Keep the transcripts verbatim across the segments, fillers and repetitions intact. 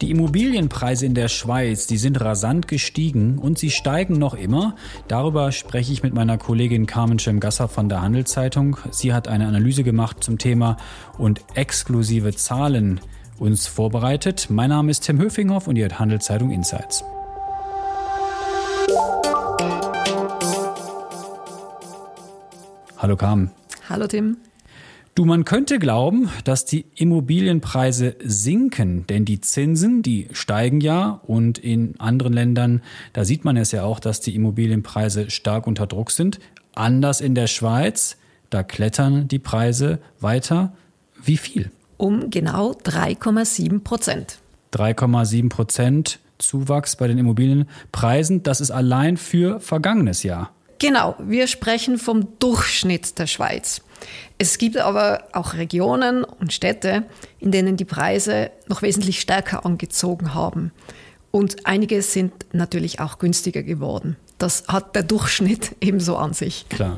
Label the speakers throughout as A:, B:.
A: Die Immobilienpreise in der Schweiz, die sind rasant gestiegen und sie steigen noch immer. Darüber spreche ich mit meiner Kollegin Carmen Schemgasser von der Handelszeitung. Sie hat eine Analyse gemacht zum Thema und exklusive Zahlen uns vorbereitet. Mein Name ist Tim Höfinghoff und ihr hört Handelszeitung Insights. Hallo Carmen.
B: Hallo Tim.
A: Du, man könnte glauben, dass die Immobilienpreise sinken, denn die Zinsen, die steigen ja und in anderen Ländern, da sieht man es ja auch, dass die Immobilienpreise stark unter Druck sind. Anders in der Schweiz, da klettern die Preise weiter. Wie viel?
B: Um genau drei Komma sieben Prozent.
A: drei Komma sieben Prozent Zuwachs bei den Immobilienpreisen, das ist allein für vergangenes Jahr.
B: Genau, wir sprechen vom Durchschnitt der Schweiz. Es gibt aber auch Regionen und Städte, in denen die Preise noch wesentlich stärker angezogen haben. Und einige sind natürlich auch günstiger geworden. Das hat der Durchschnitt ebenso an sich.
A: Klar.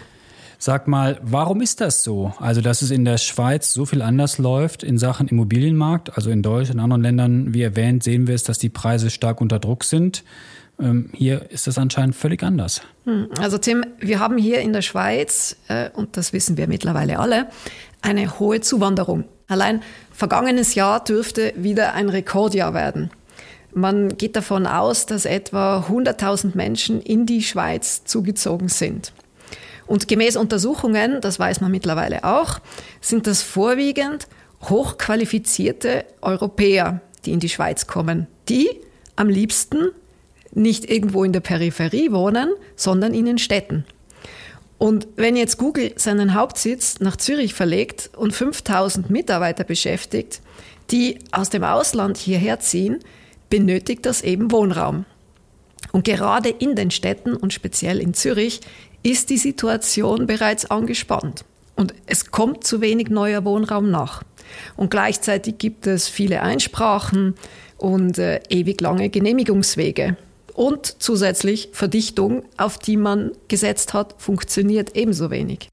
A: Sag mal, warum ist das so? Also, dass es in der Schweiz so viel anders läuft in Sachen Immobilienmarkt, also in Deutschland, in anderen Ländern, wie erwähnt, sehen wir es, dass die Preise stark unter Druck sind. Hier ist das anscheinend völlig anders.
B: Also Tim, wir haben hier in der Schweiz, äh, und das wissen wir mittlerweile alle, eine hohe Zuwanderung. Allein vergangenes Jahr dürfte wieder ein Rekordjahr werden. Man geht davon aus, dass etwa hunderttausend Menschen in die Schweiz zugezogen sind. Und gemäß Untersuchungen, das weiß man mittlerweile auch, sind das vorwiegend hochqualifizierte Europäer, die in die Schweiz kommen, die am liebsten nicht irgendwo in der Peripherie wohnen, sondern in den Städten. Und wenn jetzt Google seinen Hauptsitz nach Zürich verlegt und fünftausend Mitarbeiter beschäftigt, die aus dem Ausland hierher ziehen, benötigt das eben Wohnraum. Und gerade in den Städten und speziell in Zürich ist die Situation bereits angespannt. Und es kommt zu wenig neuer Wohnraum nach. Und gleichzeitig gibt es viele Einsprachen und äh, ewig lange Genehmigungswege. Und zusätzlich Verdichtung, auf die man gesetzt hat, funktioniert ebenso wenig.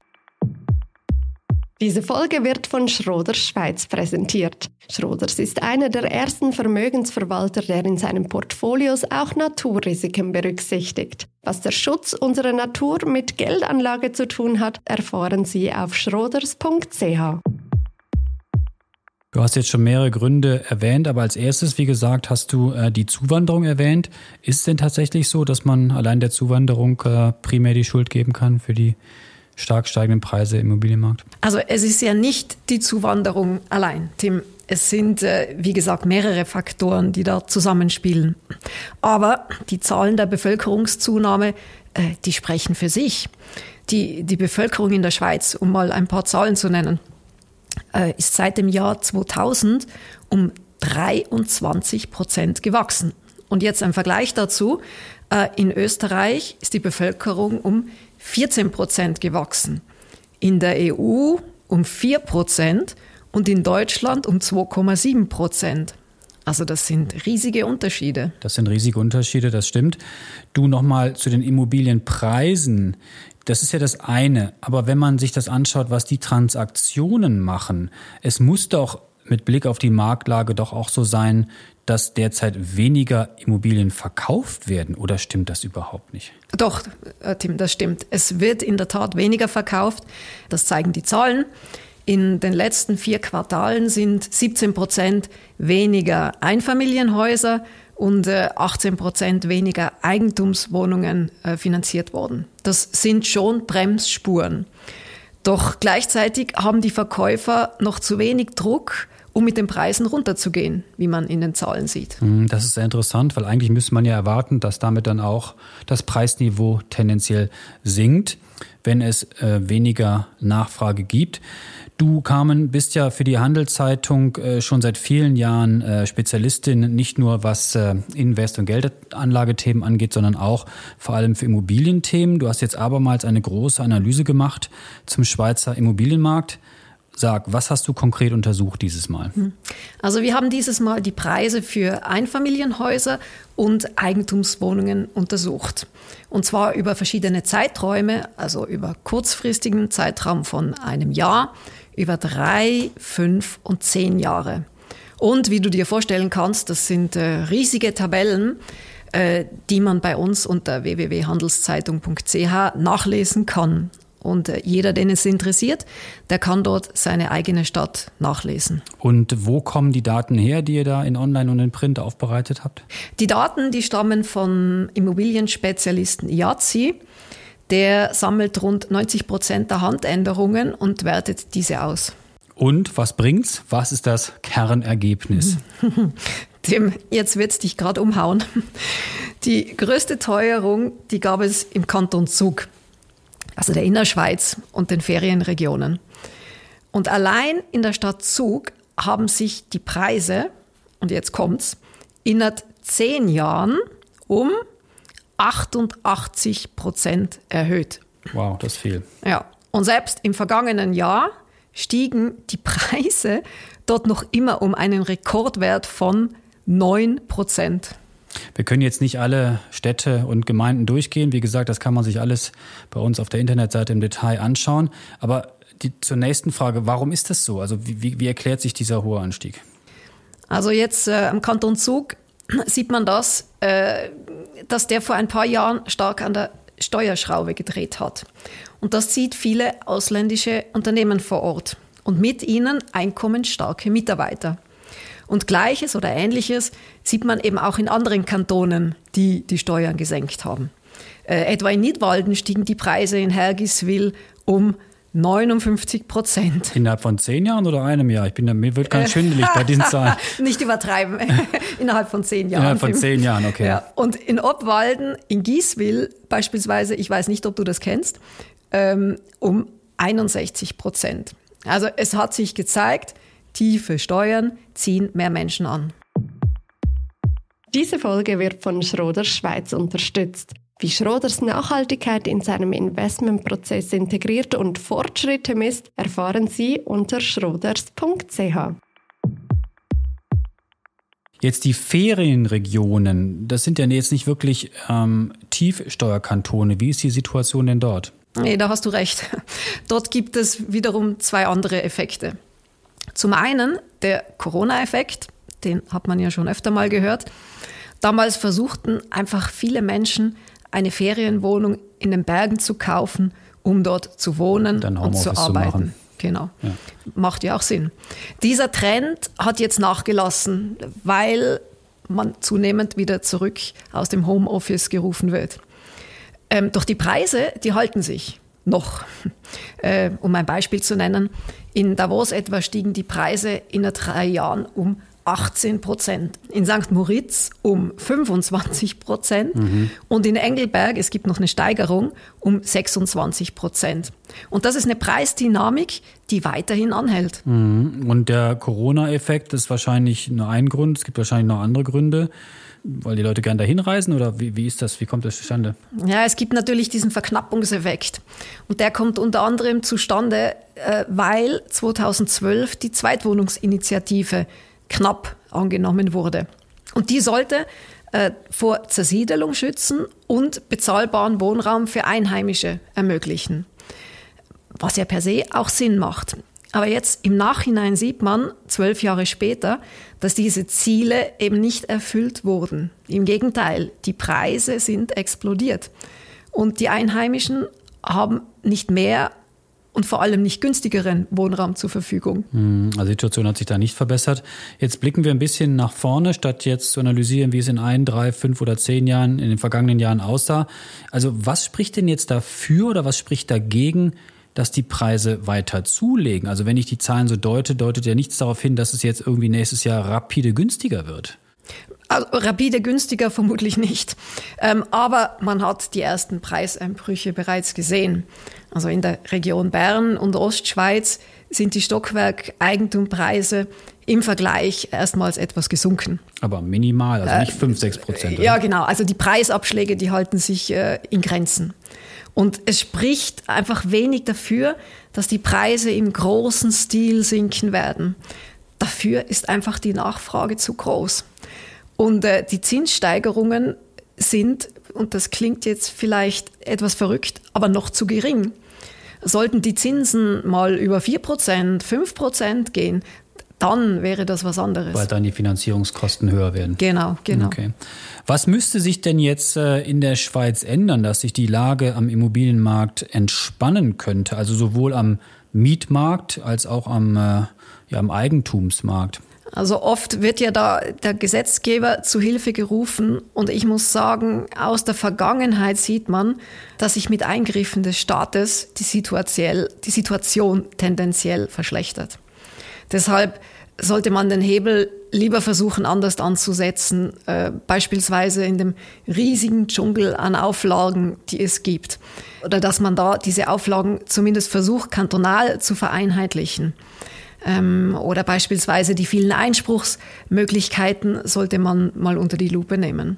C: Diese Folge wird von Schroders Schweiz präsentiert. Schroders ist einer der ersten Vermögensverwalter, der in seinen Portfolios auch Naturrisiken berücksichtigt. Was der Schutz unserer Natur mit Geldanlage zu tun hat, erfahren Sie auf schroders punkt c h.
A: Du hast jetzt schon mehrere Gründe erwähnt, aber als erstes, wie gesagt, hast du äh, die Zuwanderung erwähnt. Ist es denn tatsächlich so, dass man allein der Zuwanderung äh, primär die Schuld geben kann für die stark steigenden Preise im Immobilienmarkt?
B: Also es ist ja nicht die Zuwanderung allein, Tim. Es sind, äh, wie gesagt, mehrere Faktoren, die da zusammenspielen. Aber die Zahlen der Bevölkerungszunahme, äh, die sprechen für sich. Die, die Bevölkerung in der Schweiz, um mal ein paar Zahlen zu nennen, ist seit dem Jahr zweitausend um dreiundzwanzig Prozent gewachsen. Und jetzt ein Vergleich dazu. In Österreich ist die Bevölkerung um vierzehn Prozent gewachsen. In der E U um vier Prozent und in Deutschland um zwei Komma sieben Prozent. Also das sind riesige Unterschiede.
A: Das sind riesige Unterschiede, das stimmt. Du nochmal zu den Immobilienpreisen. Das ist ja das eine. Aber wenn man sich das anschaut, was die Transaktionen machen, es muss doch mit Blick auf die Marktlage doch auch so sein, dass derzeit weniger Immobilien verkauft werden. Oder stimmt das überhaupt nicht?
B: Doch, Tim, das stimmt. Es wird in der Tat weniger verkauft. Das zeigen die Zahlen. In den letzten vier Quartalen sind siebzehn Prozent weniger Einfamilienhäuser und achtzehn Prozent weniger Eigentumswohnungen finanziert worden. Das sind schon Bremsspuren. Doch gleichzeitig haben die Verkäufer noch zu wenig Druck, um mit den Preisen runterzugehen, wie man in den Zahlen sieht.
A: Das ist sehr interessant, weil eigentlich müsste man ja erwarten, dass damit dann auch das Preisniveau tendenziell sinkt, wenn es äh, weniger Nachfrage gibt. Du, Carmen, bist ja für die Handelszeitung äh, schon seit vielen Jahren äh, Spezialistin, nicht nur was äh, Invest- und Geldanlagethemen angeht, sondern auch vor allem für Immobilienthemen. Du hast jetzt abermals eine große Analyse gemacht zum Schweizer Immobilienmarkt. Sag, was hast du konkret untersucht dieses Mal?
B: Also wir haben dieses Mal die Preise für Einfamilienhäuser und Eigentumswohnungen untersucht. Und zwar über verschiedene Zeiträume, also über kurzfristigen Zeitraum von einem Jahr, über drei, fünf und zehn Jahre. Und wie du dir vorstellen kannst, das sind äh, riesige Tabellen, äh, die man bei uns unter w w w punkt handelszeitung punkt c h nachlesen kann. Und äh, jeder, den es interessiert, der kann dort seine eigene Stadt nachlesen.
A: Und wo kommen die Daten her, die ihr da in Online und in Print aufbereitet habt?
B: Die Daten, die stammen vom Immobilienspezialisten I A Z I. Der sammelt rund neunzig Prozent der Handänderungen und wertet diese aus.
A: Und was bringt's? Was ist das Kernergebnis?
B: Tim, jetzt wird's dich gerade umhauen. Die größte Teuerung, die gab es im Kanton Zug, also der Innerschweiz und den Ferienregionen. Und allein in der Stadt Zug haben sich die Preise, und jetzt kommt's, innerhalb zehn Jahren um achtundachtzig Prozent erhöht.
A: Wow, das ist viel.
B: Ja, und selbst im vergangenen Jahr stiegen die Preise dort noch immer um einen Rekordwert von neun Prozent.
A: Wir können jetzt nicht alle Städte und Gemeinden durchgehen. Wie gesagt, das kann man sich alles bei uns auf der Internetseite im Detail anschauen. Aber die, zur nächsten Frage, warum ist das so? Also wie, wie erklärt sich dieser hohe Anstieg?
B: Also jetzt äh, im Kanton Zug sieht man das, äh, dass der vor ein paar Jahren stark an der Steuerschraube gedreht hat. Und das zieht viele ausländische Unternehmen vor Ort und mit ihnen einkommensstarke Mitarbeiter. Und Gleiches oder Ähnliches sieht man eben auch in anderen Kantonen, die die Steuern gesenkt haben. Äh, etwa in Nidwalden stiegen die Preise in Hergiswil um neunundfünfzig Prozent.
A: Innerhalb von zehn Jahren oder einem Jahr? Ich bin da, mir wird ganz schwindelig bei diesen Zahlen.
B: Nicht übertreiben. Innerhalb von zehn Jahren.
A: Innerhalb von zehn Jahren, okay.
B: Ja. Und in Obwalden, in Gieswil beispielsweise, ich weiß nicht, ob du das kennst, ähm, um einundsechzig Prozent. Also es hat sich gezeigt, tiefe Steuern ziehen mehr Menschen an.
C: Diese Folge wird von Schroders Schweiz unterstützt. Wie Schroders Nachhaltigkeit in seinem Investmentprozess integriert und Fortschritte misst, erfahren Sie unter schroders punkt c h.
A: Jetzt die Ferienregionen, das sind ja jetzt nicht wirklich ähm, Tiefsteuerkantone. Wie ist die Situation denn dort?
B: Nee, da hast du recht. Dort gibt es wiederum zwei andere Effekte. Zum einen der Corona-Effekt, den hat man ja schon öfter mal gehört. Damals versuchten einfach viele Menschen, eine Ferienwohnung in den Bergen zu kaufen, um dort zu wohnen und zu arbeiten. Zu genau. Ja. Macht ja auch Sinn. Dieser Trend hat jetzt nachgelassen, weil man zunehmend wieder zurück aus dem Homeoffice gerufen wird. Ähm, doch die Preise, die halten sich noch. Äh, um ein Beispiel zu nennen, in Davos etwa stiegen die Preise in drei Jahren um achtzehn Prozent, in Sankt Moritz um fünfundzwanzig Prozent mhm. und in Engelberg, es gibt noch eine Steigerung, um sechsundzwanzig Prozent. Und das ist eine Preisdynamik, die weiterhin anhält.
A: Mhm. Und der Corona-Effekt ist wahrscheinlich nur ein Grund, es gibt wahrscheinlich noch andere Gründe, weil die Leute gerne dahin reisen oder wie, wie ist das, wie kommt das zustande?
B: Ja, es gibt natürlich diesen Verknappungseffekt und der kommt unter anderem zustande, äh, weil zweitausendzwölf die Zweitwohnungsinitiative knapp angenommen wurde. Und die sollte äh, vor Zersiedelung schützen und bezahlbaren Wohnraum für Einheimische ermöglichen. Was ja per se auch Sinn macht. Aber jetzt im Nachhinein sieht man, zwölf Jahre später, dass diese Ziele eben nicht erfüllt wurden. Im Gegenteil, die Preise sind explodiert. Und die Einheimischen haben nicht mehr und vor allem nicht günstigeren Wohnraum zur Verfügung.
A: Also die Situation hat sich da nicht verbessert. Jetzt blicken wir ein bisschen nach vorne, statt jetzt zu analysieren, wie es in ein, drei, fünf oder zehn Jahren, in den vergangenen Jahren aussah. Also was spricht denn jetzt dafür oder was spricht dagegen, dass die Preise weiter zulegen? Also wenn ich die Zahlen so deute, deutet ja nichts darauf hin, dass es jetzt irgendwie nächstes Jahr rapide günstiger wird.
B: Also rapide günstiger vermutlich nicht. Ähm, aber man hat die ersten Preiseinbrüche bereits gesehen. Also in der Region Bern und Ostschweiz sind die Stockwerkeigentumpreise im Vergleich erstmals etwas gesunken.
A: Aber minimal, also nicht fünf, sechs Prozent.
B: Äh, ja, genau. Also die Preisabschläge, die halten sich äh, in Grenzen. Und es spricht einfach wenig dafür, dass die Preise im großen Stil sinken werden. Dafür ist einfach die Nachfrage zu groß. Und äh, die Zinssteigerungen sind, und das klingt jetzt vielleicht etwas verrückt, aber noch zu gering. Sollten die Zinsen mal über vier Prozent, fünf Prozent gehen, dann wäre das was anderes.
A: Weil dann die Finanzierungskosten höher werden.
B: Genau, genau.
A: Okay. Was müsste sich denn jetzt äh, in der Schweiz ändern, dass sich die Lage am Immobilienmarkt entspannen könnte? Also sowohl am Mietmarkt als auch am, äh, ja, am Eigentumsmarkt?
B: Also oft wird ja da der Gesetzgeber zu Hilfe gerufen und ich muss sagen, aus der Vergangenheit sieht man, dass sich mit Eingriffen des Staates die Situation, die Situation tendenziell verschlechtert. Deshalb sollte man den Hebel lieber versuchen, anders anzusetzen, äh, beispielsweise in dem riesigen Dschungel an Auflagen, die es gibt. Oder dass man da diese Auflagen zumindest versucht, kantonal zu vereinheitlichen. Ähm, oder beispielsweise die vielen Einspruchsmöglichkeiten sollte man mal unter die Lupe nehmen.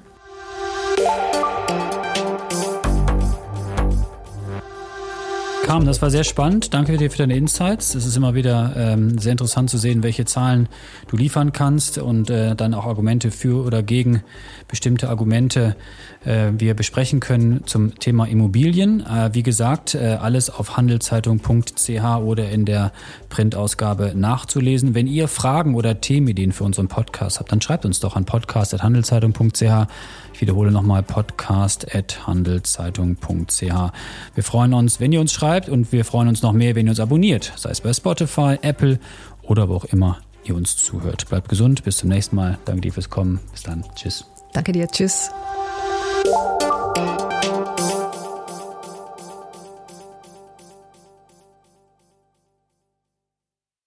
A: Carmen, das war sehr spannend. Danke dir für deine Insights. Es ist immer wieder ähm, sehr interessant zu sehen, welche Zahlen du liefern kannst und äh, dann auch Argumente für oder gegen bestimmte Argumente äh, wir besprechen können zum Thema Immobilien. Äh, wie gesagt, äh, alles auf handelszeitung punkt c h oder in der Printausgabe nachzulesen. Wenn ihr Fragen oder Themenideen für unseren Podcast habt, dann schreibt uns doch an podcast at handelszeitung punkt c h. Ich wiederhole nochmal podcast at handelszeitung punkt c h. Wir freuen uns, wenn ihr uns schreibt und wir freuen uns noch mehr, wenn ihr uns abonniert, sei es bei Spotify, Apple oder wo auch immer ihr uns zuhört. Bleibt gesund, bis zum nächsten Mal. Danke dir fürs Kommen. Bis dann. Tschüss.
B: Danke dir. Tschüss.